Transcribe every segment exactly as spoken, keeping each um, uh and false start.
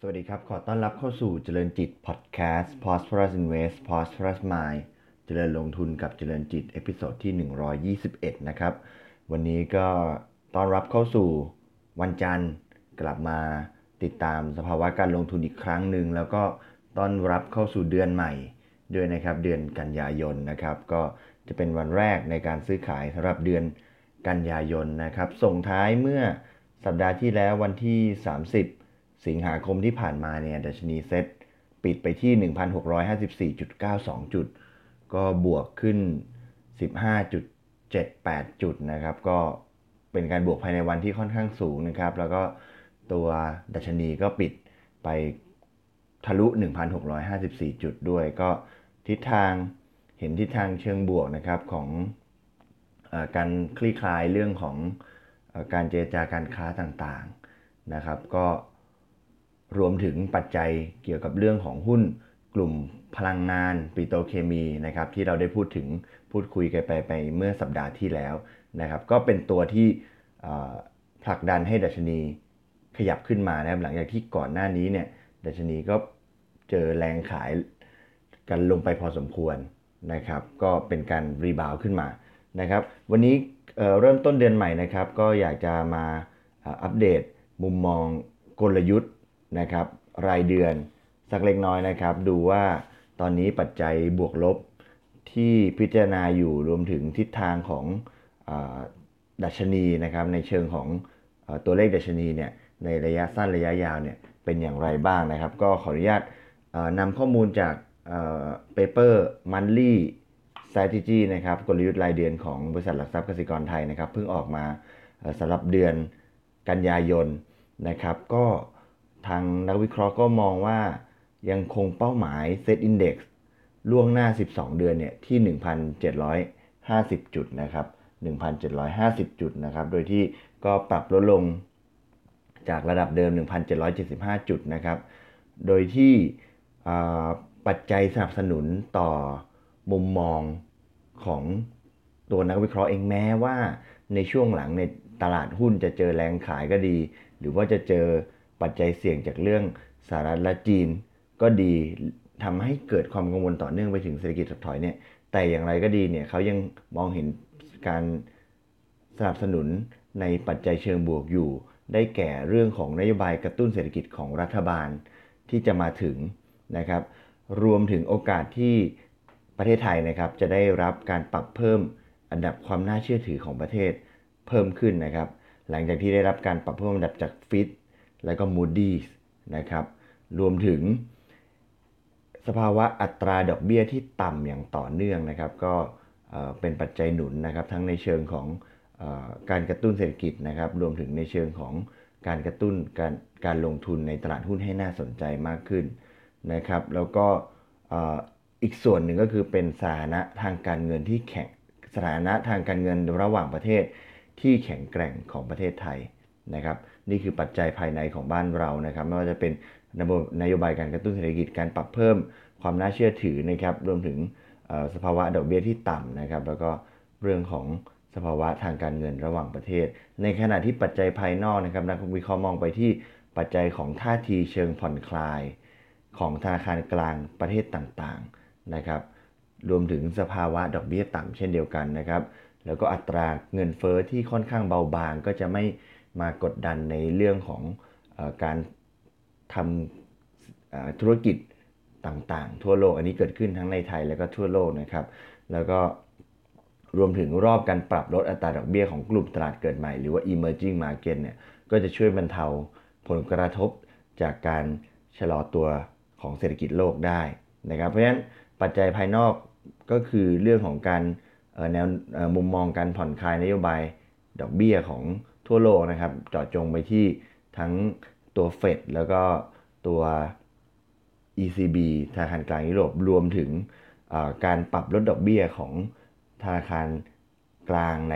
สวัสดีครับขอต้อนรับเข้าสู่เจริญจิตพอดแคสต์ Prosperous Invest Prosperous Mind เจริญลงทุนกับเจริญจิตเอพิโซดที่หนึ่งร้อยยี่สิบเอ็ดนะครับวันนี้ก็ต้อนรับเข้าสู่วันจันทร์กลับมาติดตามสภาวะการลงทุนอีกครั้งหนึ่งแล้วก็ต้อนรับเข้าสู่เดือนใหม่ด้วยนะครับเดือนกันยายนนะครับก็จะเป็นวันแรกในการซื้อขายสำหรับเดือนกันยายนนะครับส่งท้ายเมื่อสัปดาห์ที่แล้ววันที่สามสิบสิงหาคมที่ผ่านมาเนี่ยดัชนีเซ็ตปิดไปที่ หนึ่งพันหกร้อยห้าสิบสี่จุดเก้าสอง จุดก็บวกขึ้น สิบห้าจุดเจ็ดแปด จุดนะครับก็เป็นการบวกภายในวันที่ค่อนข้างสูงนะครับแล้วก็ตัวดัชนีก็ปิดไปทะลุ หนึ่งพันหกร้อยห้าสิบสี่ จุดด้วยก็ทิศทางเห็นทิศทางเชิงบวกนะครับของเอ่อการคลี่คลายเรื่องของเอ่อการเจรจาการค้าต่างๆนะครับก็รวมถึงปัจจัยเกี่ยวกับเรื่องของหุ้นกลุ่มพลังงานปิโตรเคมีนะครับที่เราได้พูดถึงพูดคุยกันไปไปเมื่อสัปดาห์ที่แล้วนะครับก็เป็นตัวที่เอ่อผลักดันให้ดัชนีขยับขึ้นมานะครับหลังจากที่ก่อนหน้านี้เนี่ยดัชนีก็เจอแรงขายกันลงไปพอสมควรนะครับก็เป็นการรีบาวขึ้นมานะครับวันนี้เอ่อเริ่มต้นเดือนใหม่นะครับก็อยากจะมาเอ่ออัปเดตมุมมองกลยุทธ์นะครับรายเดือนสักเล็กน้อยนะครับดูว่าตอนนี้ปัจจัยบวกลบที่พิจารณาอยู่รวมถึงทิศทางของเอ่อดัชนีนะครับในเชิงของเอ่อตัวเลขดัชนีเนี่ยในระยะสั้นระยะยาวเนี่ยเป็นอย่างไรบ้างนะครับก็ขออนุญาตเอ่อนำข้อมูลจากเอ่อ paper monthly strategy นะครับกลยุทธ์รายเดือนของบริษัทหลักทรัพย์กสิกรไทยนะครับเพิ่งออกมาเอ่อสำหรับเดือนกันยายนนะครับก็ทางนักวิเคราะห์ก็มองว่ายังคงเป้าหมาย Set Index ล่วงหน้าสิบสองเดือนเนี่ยที่ หนึ่งพันเจ็ดร้อยห้าสิบ จุดนะครับ หนึ่งพันเจ็ดร้อยห้าสิบ จุดนะครับโดยที่ก็ปรับลดลงจากระดับเดิม หนึ่งพันเจ็ดร้อยเจ็ดสิบห้า จุดนะครับโดยที่อ่าปัจจัยสนับสนุนต่อมุมมองของตัวนักวิเคราะห์เองแม้ว่าในช่วงหลังในตลาดหุ้นจะเจอแรงขายก็ดีหรือว่าจะเจอปัจจัยเสี่ยงจากเรื่องสหรัฐและจีนก็ดีทำให้เกิดความกังวลต่อเนื่องไปถึงเศรษฐกิจถดถอยเนี่ยแต่อย่างไรก็ดีเนี่ยเขายังมองเห็นการสนับสนุนในปัจจัยเชิงบวกอยู่ได้แก่เรื่องของนโยบายกระตุ้นเศรษฐกิจของรัฐบาลที่จะมาถึงนะครับรวมถึงโอกาสที่ประเทศไทยนะครับจะได้รับการปรับเพิ่มอันดับความน่าเชื่อถือของประเทศเพิ่มขึ้นนะครับหลังจากที่ได้รับการปรับเพิ่มอันดับจากฟิตและก็ Moody's นะครับรวมถึงสภาวะอัตราดอกเบี้ยที่ต่ำอย่างต่อเนื่องนะครับก็เป็นปัจจัยหนุนนะครับทั้งในเชิงของการกระตุ้นเศรษฐกิจนะครับรวมถึงในเชิงของการกระตุ้นการการลงทุนในตลาดหุ้นให้น่าสนใจมากขึ้นนะครับแล้วก็อีกส่วนหนึ่งก็คือเป็นสถานะทางการเงินที่แข็งสถานะทางการเงินระหว่างประเทศที่แข็งแกร่งของประเทศไทยนะครับนี่คือปัจจัยภายในของบ้านเรานะครับไม่ว่าจะเป็นนโยบายการกระตุ้นเศรษฐกิจการปรับเพิ่มความน่าเชื่อถือนะครับรวมถึงสภาวะดอกเบี้ยที่ต่ำนะครับแล้วก็เรื่องของสภาวะทางการเงินระหว่างประเทศในขณะที่ปัจจัยภายนอกนะครับนักวิเคราะห์มองไปที่ปัจจัยของท่าทีเชิงผ่อนคลายของธนาคารกลางประเทศต่างๆนะครับรวมถึงสภาวะดอกเบี้ยต่ำเช่นเดียวกันนะครับแล้วก็อัตราเงินเฟ้อที่ค่อนข้างเบาบางก็จะไม่มากดดันในเรื่องของเอ่อการทำธุรกิจต่างๆทั่วโลกอันนี้เกิดขึ้นทั้งในไทยและก็ทั่วโลกนะครับแล้วก็รวมถึงรอบการปรับลดอัตราดอกเบี้ยของกลุ่มตลาดเกิดใหม่หรือว่า emerging market เนี่ยก็จะช่วยบรรเทาผลกระทบจากการชะลอตัวของเศรษฐกิจโลกได้นะครับเพราะฉะนั้นปัจจัยภายนอกก็คือเรื่องของการแนวมุมมองการผ่อนคลายนโยบายดอกเบี้ยของทั่วโลกนะครับเจาะจงไปที่ทั้งตัวเฟดแล้วก็ตัว อี ซี บี ธนาคารกลางยุโรปรวมถึงการปรับลดดอกเบี้ยของธนาคารกลางใน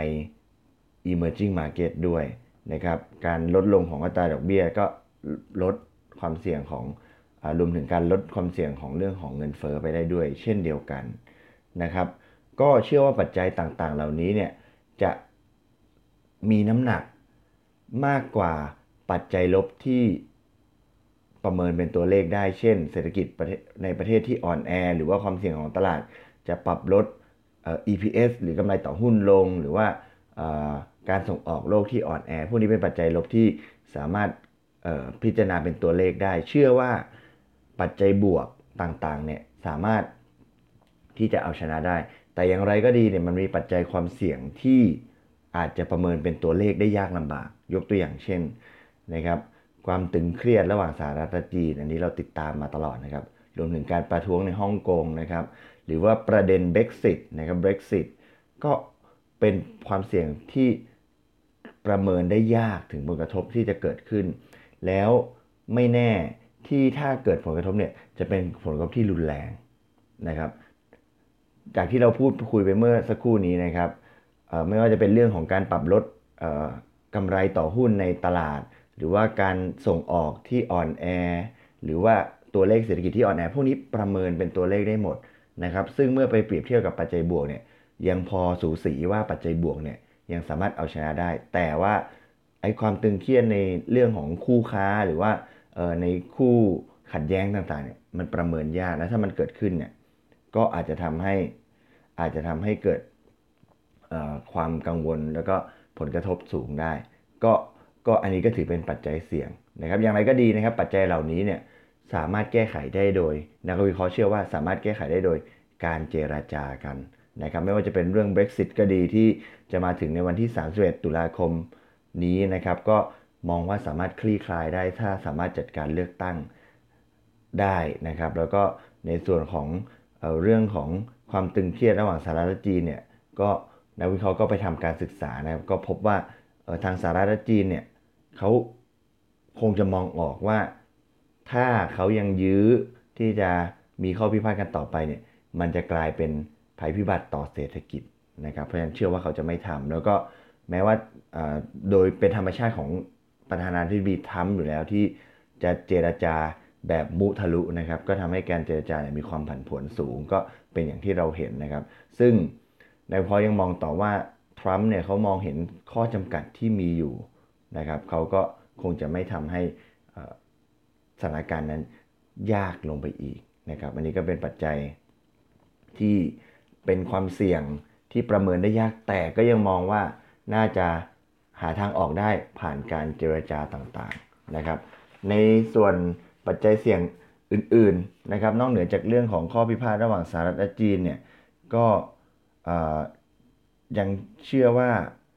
emerging market ด้วยนะครับการลดลงของอัตราดอกเบี้ยก็ลดความเสี่ยงของรวมถึงการลดความเสี่ยงของเรื่องของเงินเฟ้อไปได้ด้วยเช่นเดียวกันนะครับก็เชื่อว่าปัจจัยต่างๆเหล่านี้เนี่ยจะมีน้ำหนักมากกว่าปัจจัยลบที่ประเมินเป็นตัวเลขได้เช่นเศรษฐกิจในประเทศที่อ่อนแอหรือว่าความเสี่ยงของตลาดจะปรับลด อี พี เอส หรือกำไรต่อหุ้นลงหรือว่าการส่งออกโลกที่อ่อนแอพวกนี้เป็นปัจจัยลบที่สามารถพิจารณาเป็นตัวเลขได้เชื่อว่าปัจจัยบวกต่างๆเนี่ยสามารถที่จะเอาชนะได้แต่อย่างไรก็ดีเนี่ยมันมีปัจจัยความเสี่ยงที่อาจจะประเมินเป็นตัวเลขได้ยากลำบากยกตัวอย่างเช่นนะครับความตึงเครียดระหว่างสหรัฐและจีนอันนี้เราติดตามมาตลอดนะครับรวมถึงการประท้วงในฮ่องกงนะครับหรือว่าประเด็น Brexit นะครับ Brexit ก็เป็นความเสี่ยงที่ประเมินได้ยากถึงผลกระทบที่จะเกิดขึ้นแล้วไม่แน่ที่ถ้าเกิดผลกระทบเนี่ยจะเป็นผลกระทบที่รุนแรงนะครับจากที่เราพูดคุยไปเมื่อสักครู่นี้นะครับไม่ว่าจะเป็นเรื่องของการปรับลดกำไรต่อหุ้นในตลาดหรือว่าการส่งออกที่อ่อนแอหรือว่าตัวเลขเศรษฐกิจที่อ่อนแอพวกนี้ประเมินเป็นตัวเลขได้หมดนะครับซึ่งเมื่อไปเปรียบเทียบกับปัจจัยบวกเนี่ยยังพอสูสีว่าปัจจัยบวกเนี่ยยังสามารถเอาชนะได้แต่ว่าไอ้ความตึงเครียดในเรื่องของคู่ค้าหรือว่าในคู่ขัดแย้งต่างๆเนี่ยมันประเมินยากและถ้ามันเกิดขึ้นเนี่ยก็อาจจะทำให้อาจจะทำให้เกิดความกังวลแล้วก็ผลกระทบสูงได้ก็ก็อันนี้ก็ถือเป็นปัจจัยเสี่ยงนะครับอย่างไรก็ดีนะครับปัจจัยเหล่านี้เนี่ยสามารถแก้ไขได้โดยนักวิเคราะห์เชื่อว่าสามารถแก้ไขได้โดยการเจรจากันนะครับไม่ว่าจะเป็นเรื่อง Brexit ก็ดีที่จะมาถึงในวันที่สามสิบเอ็ดตุลาคมนี้นะครับก็มองว่าสามารถคลี่คลายได้ถ้าสามารถจัดการเลือกตั้งได้นะครับแล้วก็ในส่วนของเอ่อเรื่องของความตึงเครียดระหว่างสหรัฐและจีนเนี่ยก็นักวิเคราะห์ก็ไปทำการศึกษานะครับก็พบว่าทางสหรัฐและจีนเนี่ยเขาคงจะมองออกว่าถ้าเขายังยื้อที่จะมีข้อพิพาทกันต่อไปเนี่ยมันจะกลายเป็นภัยพิบัติต่อเศรษฐกิจนะครับเพราะฉะนั้นเชื่อว่าเขาจะไม่ทำแล้วก็แม้ว่าโดยเป็นธรรมชาติของประธานาธิบดีทรัมป์อยู่แล้วที่จะเจรจาแบบมุทะลุนะครับก็ทำให้การเจรจามีความผันผวนสูงก็เป็นอย่างที่เราเห็นนะครับซึ่งนายพอยังมองต่อว่าทรัมป์เนี่ยเขามองเห็นข้อจำกัดที่มีอยู่นะครับเขาก็คงจะไม่ทำให้สถานการณ์นั้นยากลงไปอีกนะครับอันนี้ก็เป็นปัจจัยที่เป็นความเสี่ยงที่ประเมินได้ยากแต่ก็ยังมองว่าน่าจะหาทางออกได้ผ่านการเจรจาต่างๆนะครับในส่วนปัจจัยเสี่ยงอื่นๆนะครับนอกเหนือจากเรื่องของข้อพิพาทระหว่างสหรัฐและจีนเนี่ยก็ยังเชื่อว่า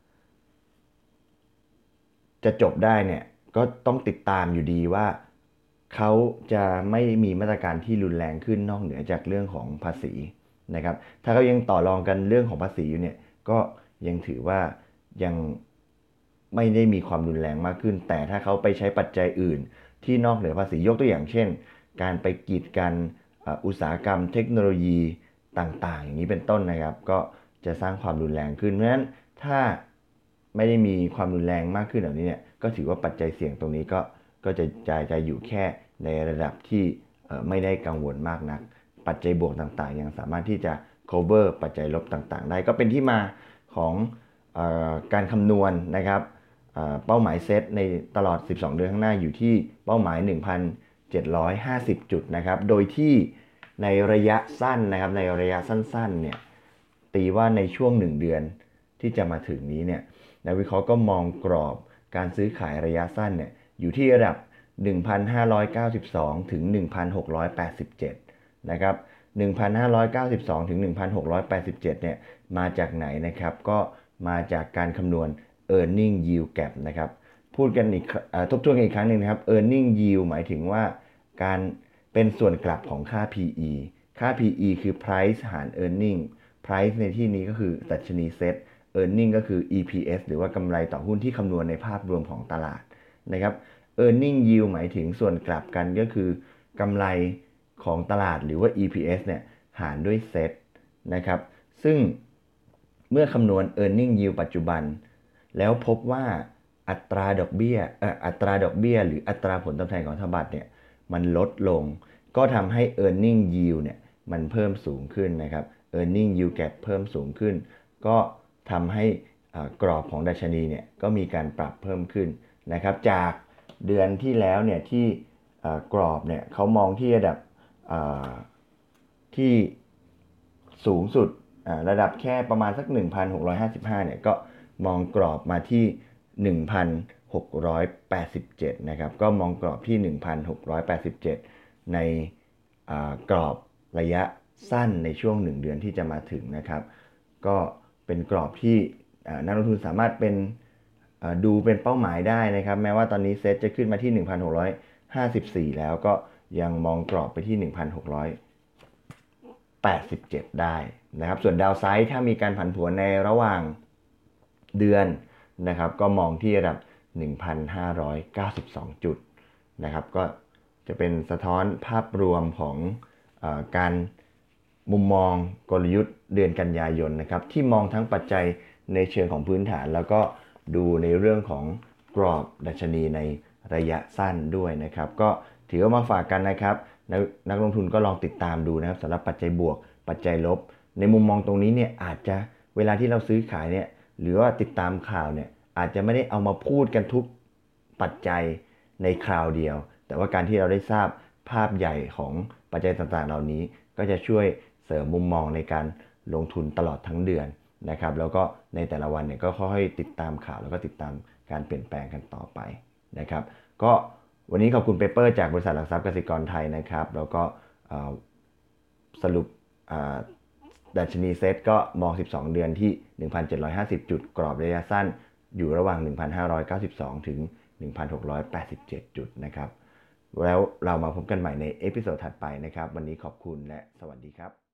จะจบได้เนี่ยก็ต้องติดตามอยู่ดีว่าเขาจะไม่มีมาตรการที่รุนแรงขึ้นนอกเหนือจากเรื่องของภาษีนะครับถ้าเขายังต่อรองกันเรื่องของภาษีอยู่เนี่ยก็ยังถือว่ายังไม่ได้มีความรุนแรงมากขึ้นแต่ถ้าเขาไปใช้ปัจจัยอื่นที่นอกเหนือภาษียกตัวอย่างเช่นการไปกีดกันอุตสาหกรรมเทคโนโลยีต่างๆอย่างนี้เป็นต้นนะครับก็จะสร้างความรุนแรงขึ้นเพราะฉะนั้นถ้าไม่ได้มีความรุนแรงมากขึ้นแบบนี้เนี่ยก็ถือว่าปัจจัยเสี่ยงตรงนี้ก็ก็จะจะจะอยู่แค่ในระดับที่ไม่ได้กังวลมากนักปัจจัยบวกต่างๆยังสามารถที่จะ cover ปัจจัยลบต่างๆได้ก็เป็นที่มาของเอ่อการคำนวณนะครับเป้าหมายเซตในตลอดสิบสองเดือนข้างหน้าอยู่ที่เป้าหมาย หนึ่งพันเจ็ดร้อยห้าสิบ จุดนะครับโดยที่ในระยะสั้นนะครับในระยะสั้นๆเนี่ยตีว่าในช่วงหนึ่งเดือนที่จะมาถึงนี้เนี่ยนักวิเคราะห์ก็มองกรอบการซื้อขายระยะสั้นเนี่ยอยู่ที่ระดับ หนึ่งพันห้าร้อยเก้าสิบสอง ถึง หนึ่งพันหกร้อยแปดสิบเจ็ด นะครับ หนึ่งพันห้าร้อยเก้าสิบสอง ถึง หนึ่งพันหกร้อยแปดสิบเจ็ด เนี่ยมาจากไหนนะครับก็มาจากการคำนวณ earning yield gap นะครับพูดกันอีกทบทวนกันอีกครั้งหนึ่งนะครับ earning yield หมายถึงว่าการเป็นส่วนกลับของค่า พี อี ค่า พี อี คือ price หาร earning price ในที่นี้ก็คือดัชนีเซ็ต earning ก็คือ อี พี เอส หรือว่ากำไรต่อหุ้นที่คำนวณในภาพรวมของตลาดนะครับ earning yield หมายถึงส่วนกลับกันก็คือกำไรของตลาดหรือว่า อี พี เอส เนี่ยหารด้วยเซ็ตนะครับซึ่งเมื่อคำนวณ earning yield ปัจจุบันแล้วพบว่าอัตราดอกเบี้ยเอ่ออัตราดอกเบี้ยหรืออัตราผลตอบแทนของธนบัตรเนี่ยมันลดลงก็ทำให้ earning yield เนี่ยมันเพิ่มสูงขึ้นนะครับ earning yield gap เพิ่มสูงขึ้นก็ทำให้กรอบของดัชนีเนี่ยก็มีการปรับเพิ่มขึ้นนะครับจากเดือนที่แล้วเนี่ยที่กรอบเนี่ยเขามองที่ระดับที่สูงสุดระดับแค่ประมาณสัก หนึ่งพันหกร้อยห้าสิบห้า เนี่ยก็มองกรอบมาที่ หนึ่งพันหกร้อยแปดสิบเจ็ด นะครับก็มองกรอบที่ หนึ่งพันหกร้อยแปดสิบเจ็ด ในกรอบระยะสั้นในช่วงหนึ่งเดือนที่จะมาถึงนะครับก็เป็นกรอบที่นักลงทุนสามารถเป็นดูเป็นเป้าหมายได้นะครับแม้ว่าตอนนี้เซ็ตจะขึ้นมาที่ หนึ่งพันหกร้อยห้าสิบสี่ แล้วก็ยังมองกรอบไปที่ หนึ่งพันหกร้อยแปดสิบเจ็ด ได้นะครับส่วนดาวไซด์ถ้ามีการผันผวนในระหว่างเดือนนะครับก็มองที่ระดับ หนึ่งพันห้าร้อยเก้าสิบสอง จุดนะครับก็จะเป็นสะท้อนภาพรวมของเอ่อการมุมมองกลยุทธ์เดือนกันยายนนะครับที่มองทั้งปัจจัยในเชิงของพื้นฐานแล้วก็ดูในเรื่องของกรอบดัชนีในระยะสั้นด้วยนะครับก็ถือว่ามาฝากกันนะครับนนักลงทุนก็ลองติดตามดูนะครับสำหรับปัจจัยบวกปัจจัยลบในมุมมองตรงนี้เนี่ยอาจจะเวลาที่เราซื้อขายเนี่ยหรือว่าติดตามข่าวเนี่ยอาจจะไม่ได้เอามาพูดกันทุกปัจจัยในคราวเดียวแต่ว่าการที่เราได้ทราบภาพใหญ่ของปัจจัยต่างๆเหล่านี้ก็จะช่วยเสริมมุมมองในการลงทุนตลอดทั้งเดือนนะครับแล้วก็ในแต่ละวันเนี่ยก็ค่อยๆติดตามข่าวแล้วก็ติดตามการเปลี่ยนแปลงกันต่อไปนะครับก็วันนี้ขอบคุณเปเปอร์จากบริษัทหลักทรัพย์กสิกรไทยนะครับแล้วก็สรุปดัชนีเซ็ตก็มองสิบสองเดือนที่ หนึ่งพันเจ็ดร้อยห้าสิบ จุดกรอบระยะสั้นอยู่ระหว่าง หนึ่งพันห้าร้อยเก้าสิบสอง ถึง หนึ่งพันหกร้อยแปดสิบเจ็ด จุดนะครับแล้วเรามาพบกันใหม่ในเอพิโซดถัดไปนะครับวันนี้ขอบคุณและสวัสดีครับ